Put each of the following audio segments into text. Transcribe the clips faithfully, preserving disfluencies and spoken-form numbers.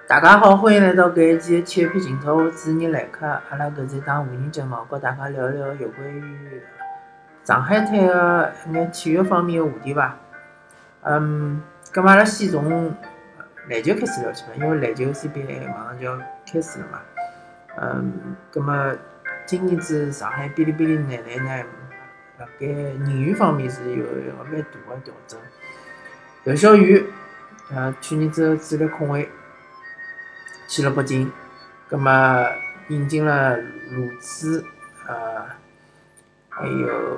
大家好，欢迎来到搿一期的切片镜头，我主持人来客。阿拉搿是一档无人节目，和大家聊聊有关于上海滩的一眼体育方面的话题吧。嗯，咁嘛，阿拉先从篮球开始聊起吧，因为篮球 C B A 马上就要开始了嘛。嗯，咁么今年子上海哔哩哔哩男篮呢，辣盖人员方面是有一个蛮大的调整。刘晓宇，呃，去年子主力控卫。去了北京，葛么引进了鲁兹，呃，还有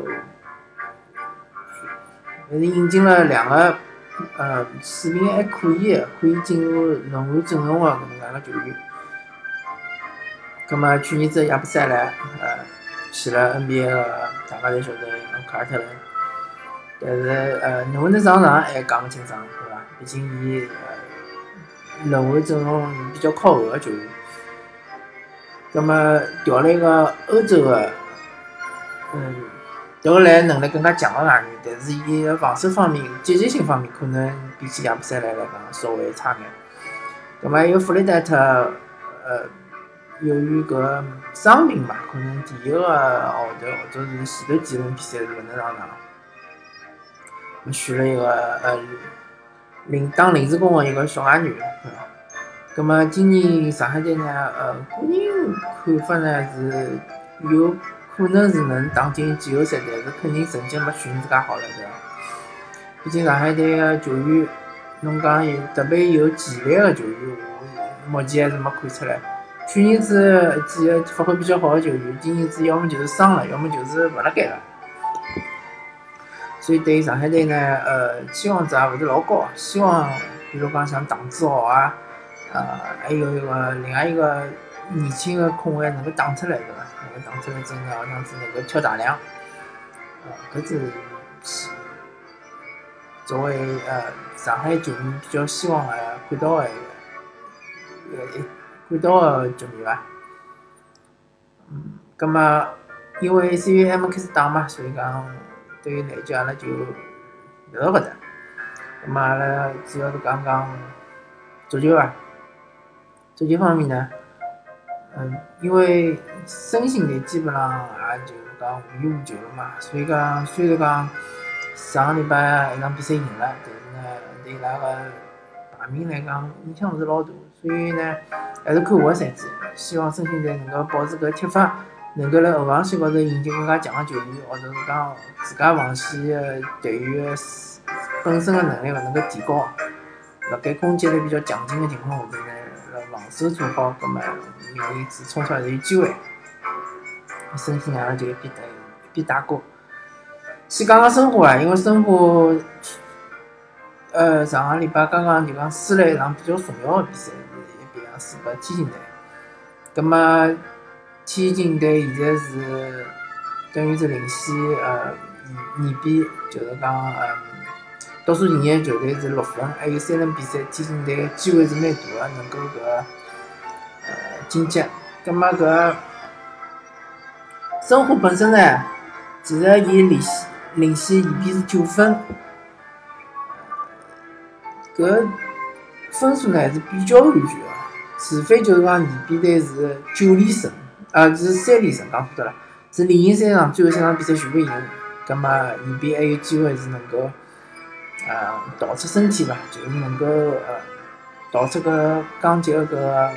还是引进了两个呃水平还可以的，可以进入轮换阵容的搿能介个球员。葛么去年子亚布塞莱，呃，去了 N B A 个，大家侪晓得凯尔特人，但是呃能不能上场还讲勿清爽，对伐？毕竟伊呃轮换阵容比较靠后个球员。那么调了一个欧洲的，嗯，调过来能力更加强的外援，但是伊的防守方面、积极性方面可能比起亚布塞莱来讲稍微差眼。那么还有弗雷戴特，呃，由于搿伤病嘛，可能第一个号头或者是前头几轮比赛是勿能上场。我选了一个呃临当临时工的一个小外援，对伐？咁么今年上海队呢，呃，个人看法呢是有可能是能打进季后赛，但是肯定成绩没去年子介好了，对伐？毕竟上海队个球员，侬讲有特别有潜力个球员，我目前还是没看出来。去年子几个发挥比较好的球员，今年子要么就是伤了，要么就是勿辣盖了。所以对上海队呢，呃，期望值也勿是老高。希望比如讲像唐志豪啊。呃，还有一个另外一个年轻的控卫能够打出来，对伐？能够打出来之后呢，好像是能够挑大梁。呃，搿是作为呃上海球迷比较希望的看到的一个一看到的局面伐。嗯，葛么因为 C B A 还没开始打嘛，所以讲对于篮球阿拉就聊到搿搭。葛么阿拉主要是讲讲足球伐。足球方面呢，嗯，因为申鑫队基本上也就是讲无欲无求了嘛，所以讲虽然讲上个礼拜一场比赛赢了，但是呢对伊拉个排名来讲影响勿是老大，所以呢还是看下个赛季，希望申鑫队能够保持搿踢法，能够辣后防线高头引进更加强个球员，或者是讲自家防线个队员个本身个能力能够提高，辣盖攻击力比较强劲个情况下头呢。防守做好，葛么明年子冲出来是有机会。申鑫阿拉就一边打一边打过。先讲讲申花啊，因为申花，呃，上个礼拜刚刚就讲输了一场比较重要的比赛，是一比二输拨天津队。葛么天津队现在是等于是领先呃二比，就是讲呃倒数第二球队是六分，还有三轮比赛，天津队机会是蛮大的，能够搿呃晋级。葛末搿申花本身呢，其实伊领先领先二比是九分，搿分数呢是比较安全的，除非就是讲二比队是九连胜，啊是三连胜，讲错脱了，是连赢三场，最后三场比赛全部赢，葛末二比还有机会是能够。呃，逃出身体吧，就是能够呃逃出个降级的搿个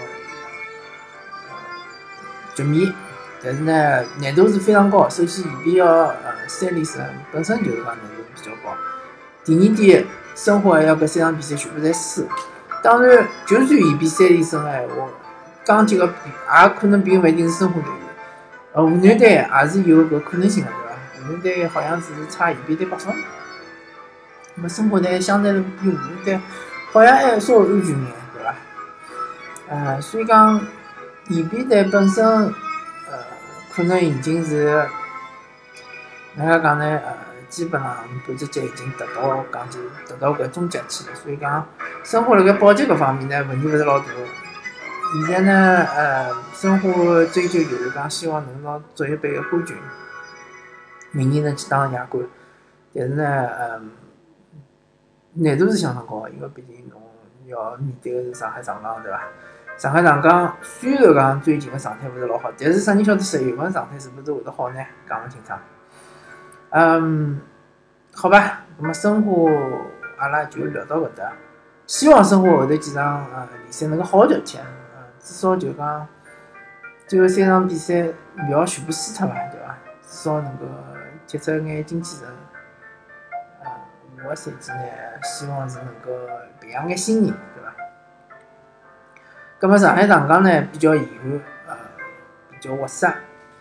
局面，但是呢难度是非常高。首先二比要呃三连胜本身就是讲难度比较高。第二点，申花还要搿三场比赛全部侪输。当然，就算二比三连胜个闲话，降级个也可能并勿一定是申花队员。呃，湖南队也是有搿可能性个，对伐？湖南队好像是差二比队八分。那么申花队相对比湖南队好像还稍微安全眼，对伐？呃，所以讲二比队本身，呃，可能已经是哪能讲呢？呃，基本上半只脚已经达到讲就达到搿终结期了。所以讲申花辣盖保级搿方面呢，问题勿是老大。现在呢，呃，申花追求就是讲希望能拿足协杯个冠军，明年能去打亚冠。但是呢，呃。难度是相当高的，因为毕竟侬要面对的是上海上港，对伐？上海上港虽然讲最近的状态勿是老好，但是啥人晓得十月份状态是不是会得好呢？讲勿清爽。嗯，好吧，那么申花阿拉就聊到搿搭。希望申花后头几场呃联赛能够好点点，呃，至少就讲最后三场比赛勿要全部输脱嘛，对伐？至少能够踢出一眼精气神。呃，下个赛季呢，希望是能够培养眼新人，对伐？葛末上海上港呢比较遗憾，呃，比较活塞。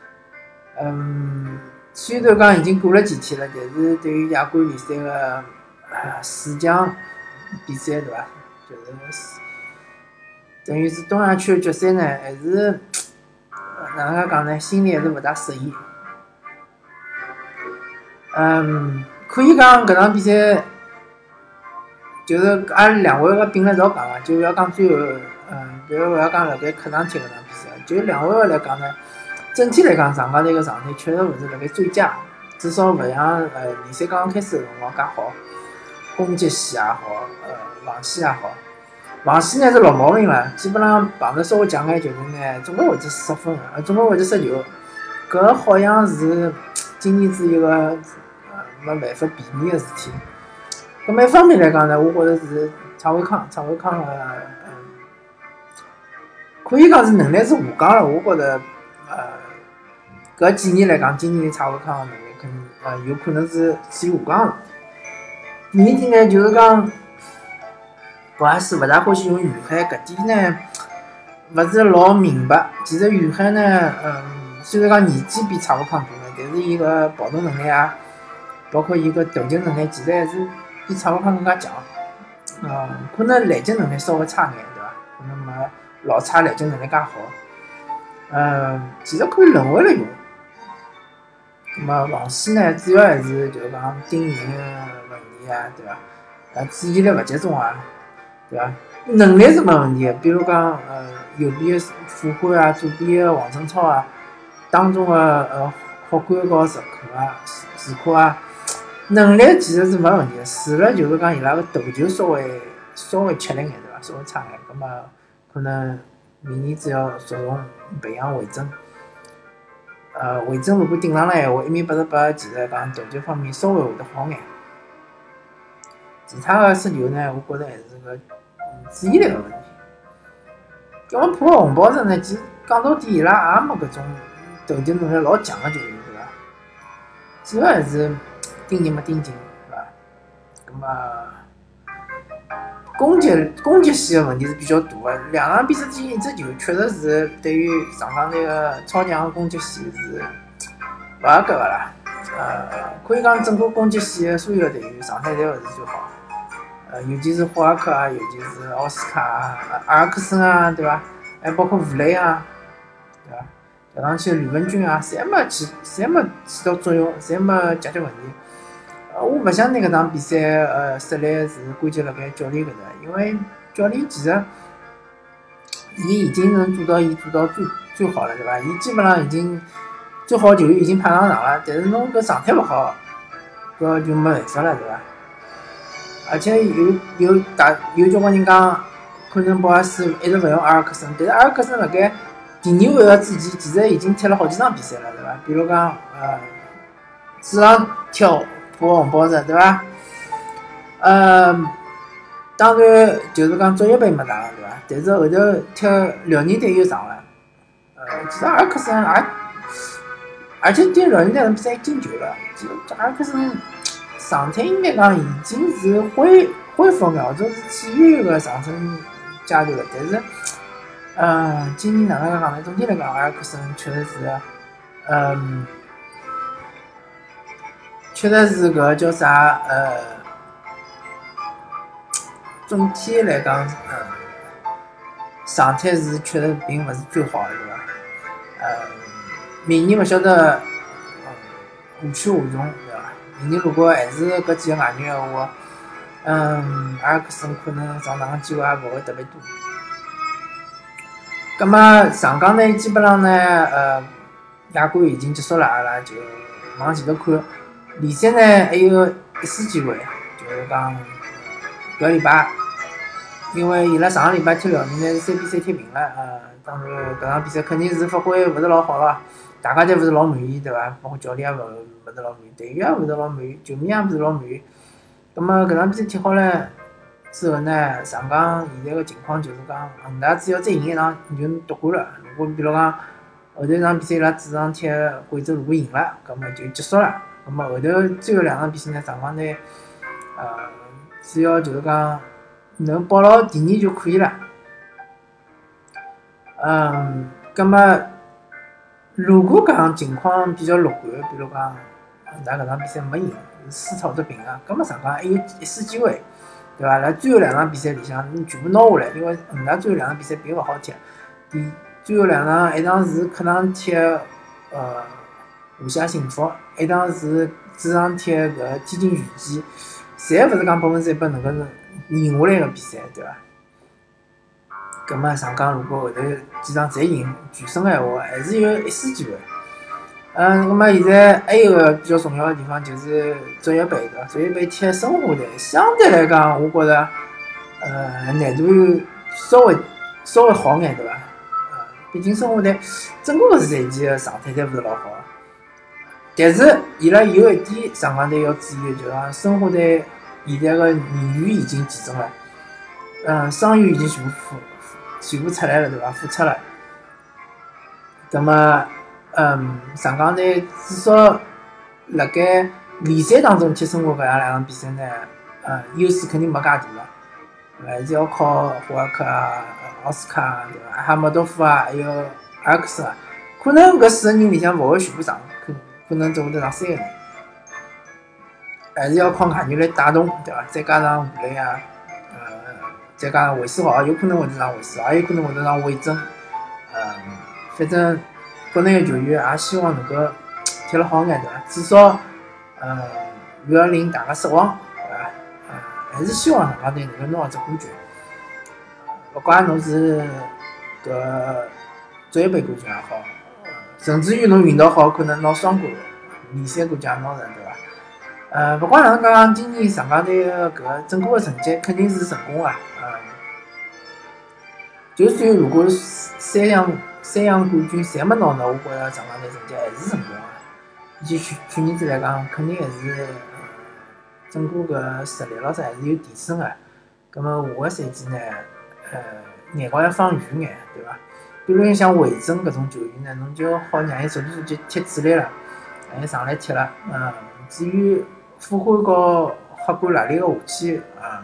嗯，虽然讲已经过了几天了，但是对于亚冠联赛个呃四强比赛，对伐？就是等于是东亚区的决赛呢，还是哪能介讲呢？心里还是勿大适意。嗯，可以讲搿场比赛就是阿拉两位个并了一道讲个，就勿要讲最后，嗯，比如勿要讲辣盖客场踢搿场比赛，就两位个来讲呢，整体来讲上港队个状态确实勿是辣盖最佳，至少勿像呃联赛刚刚开始个辰光介好，攻击线也好，呃防线也好，防线呢是老毛病了，基本上碰着稍微强眼球队呢，总归会得失分，呃总归会得失球，搿好像是今年子一个呃没办法避免个事体。咁么一方面来讲呢，我觉着是蔡伟康，蔡伟康个嗯，可以讲是能力是下降了。我觉着呃，搿几年来讲，今年蔡伟康个能力肯定呃有可能是处于下降了。第二点呢，就是讲博阿斯勿大欢喜用远海，搿点呢勿是老明白。其实远海呢，嗯，虽然讲年纪比蔡伟康大呢，但是伊个跑动能力啊，包括伊个投球能力，其实还是比蔡伟康更加强，嗯，可能拦截能力稍微差眼，对伐？可能没老差拦截能力介好，嗯，其实可以轮回来用。那么防线呢，主要还是就是讲盯人个问题啊，对伐？呃，注意力勿集中啊，对伐？能力是没问题的，比如讲呃右边个傅欢啊，左边个王振超啊，当中个呃霍冠和石科啊、石科啊。能力其实是没问题的，除了就是讲伊拉个投球稍微稍微吃力眼，对伐？稍微差眼，葛末可能明年只要着重培养魏征，呃，魏征如果顶上来闲话，一米八十八，其实讲投球方面稍微会得好眼。其他个失球呢，我觉着还是个注意力个问题。葛末破红宝石呢，其实讲到底伊拉也没搿种投球能力老强个球员，对伐？主要还是盯紧没盯紧，对伐？咁么攻击攻击线个问题是比较大个，两场比赛之间一只球确实是对于上港队个超强个攻击线是勿合格个啦。呃，可以讲整个攻击线个所有队员状态侪勿是最好，呃，尤其是霍尔克啊，尤其是奥斯卡啊、阿尔克森啊，对伐？还包括吴磊啊，对伐？调上去吕文君啊，侪没起，侪没起到作用，侪没解决问题。呃，我勿相信搿场比赛呃失利是关键辣盖教练搿搭，因为教练其实伊已经能做到伊做到最最好了，对伐？伊基本上已经最好球员已经派上场了，但是侬搿状态勿好，搿就没办法了，对伐？而且有有大有交关人讲，可能博阿斯一直勿用阿尔克森，但是阿尔克森辣盖第二回合之前，其实已经踢了好几场比赛了，对伐？比如讲呃，主场踢破红宝石，对伐？呃，当然就是讲足协杯没打，对伐？但是后头踢辽宁队又上了，呃，其实阿尔克森也，而且对辽宁队场比赛进球了，其实阿尔克森状态应该讲已经是恢恢复了，或者是处于一个上升阶段了，但是。呃，今年哪能介讲呢？总体来讲，阿尔克森确实是，嗯，确实是搿叫啥？呃，总体来讲，呃，状态是确实并勿是最好的，对伐？呃，明年勿晓得何去何从，对伐？明年如果还是搿几个外援个话，嗯，阿尔克森可能上场个机会也勿会特别多。咁么上港呢，基本上呢，呃，亚冠已经结束了，阿拉就往前头看。联赛呢还有一丝机会，就是讲搿礼拜因为伊拉上个礼拜踢辽宁呢是三比三踢平了啊。当然搿场比赛肯定是发挥勿是老好了，大家侪勿是老满意，对伐？包括教练也勿勿是老满意，队员也勿是老满意，球迷也勿是老满意。葛末搿场比赛踢好了之后呢，上港现在个情况就是讲，恒大只要再赢一场就夺冠了。如果比如讲后头一场比赛伊拉主场踢贵州，如果赢了，葛末就结束了。葛末后头最后两场比赛呢，上港呢，呃，只要就是讲能保牢第二就可以了。嗯，葛末如果讲情况比较乐观，比如讲恒大搿场比赛没赢，输脱或者平啊，葛末上港还有一丝机会，对伐？辣最后两场比赛里向全部拿下来，因为恒大最后两场比赛并勿好踢，第最后两场一场是客场踢呃华夏幸福，一场是主场踢搿天津权健，侪勿是讲百分之一百能够赢下来个比赛，对伐？葛末上港如果后头几场侪赢全胜个闲话，还是有一丝机会。嗯，葛末现在还有个比较重要个地方就是足协杯，对伐？足协杯踢申花队，相对来讲，我觉着呃难度稍微稍微好眼，对伐？呃，毕竟申花队整个个赛季个状态侪勿是老好。但是伊拉有一点上港队要注意，就是讲申花队现在个人员已经集中了，嗯，伤员已经全部复全部出来了，对伐？复出了。葛末，嗯，上港队至少辣盖联赛当中踢申花搿样两场比赛呢，呃，优势肯定没介大了，还是要靠霍尔克啊、奥斯卡啊，对伐？哈默多夫啊，还有阿尔克斯啊，可能搿四个人里向勿会全部上，可可能只会得上三个人，还是要靠外援来带动，对伐？再加上武磊啊。再加上韦世豪，有可能会得上韦世豪，也有可能会得上韦真。嗯，反正国内的球员也希望能够踢了好眼，对伐？至少，嗯，不要令大家失望，对伐？嗯，还是希望上港队能够拿一只冠军。勿怪侬是搿足协杯冠军也好，甚至于侬运道好，可能拿双冠，联赛冠军也拿着，对伐？呃，勿管哪能讲，今年上港队个搿整个个成绩肯定是成功个。嗯，就算如果三项三项冠军侪没拿到，我觉着上港队成绩还是成功个。比起去去年子来讲，肯定还是呃整个个实力老师还是有提升个。葛末下个赛季呢，呃，眼光要放远眼，对伐？比如像韦真搿种球员呢，侬就好让伊逐步就踢主力了，让伊上来踢了。嗯，至于富欢和黑管哪里个下去啊？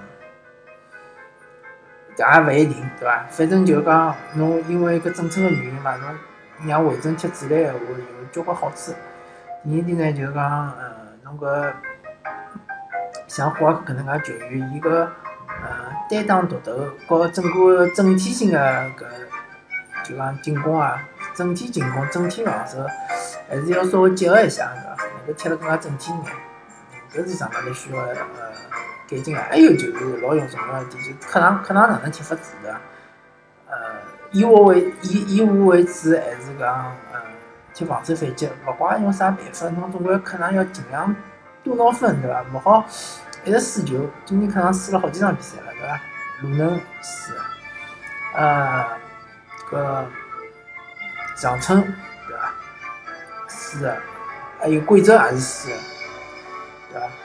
搿也勿一定，对伐？反正就讲侬因为搿政策个原因嘛，侬让韦真踢主力个闲话有交关好处。第二点呢，就是讲，呃，侬搿像霍尔克搿能介球员，伊个呃单打独斗和整个整体性个搿就讲进攻啊，整体进攻、整体防守，还是要稍微结合一下，对伐？能够踢得更加整体一眼。搿是上港队需要呃改进个。还有就是老有重要一点，就是客场客场哪能踢法子对伐？呃，以我为以以我为主，还是讲呃踢防守反击，勿怪用啥办法，侬总归客场要尽量多拿分，对伐？勿好一直输球。今年客场输了好几场比赛了，对伐？鲁能输，呃，搿长春对伐？输的，还有贵州也是输的。对伐？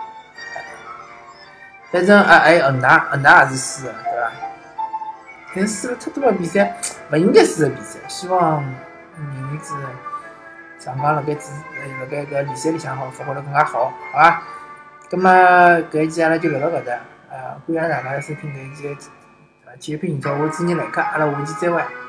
反正啊，还有恒大，恒大也是输的，对伐？但输了太多个比赛，勿应该输的比赛。希望明年子上港辣盖主辣盖搿联赛里向好发挥得更加好，好伐？葛末搿一期阿拉就聊到搿搭，呃，感谢大家收听搿一期呃体育频道，我是主持人来客，阿拉下期再会。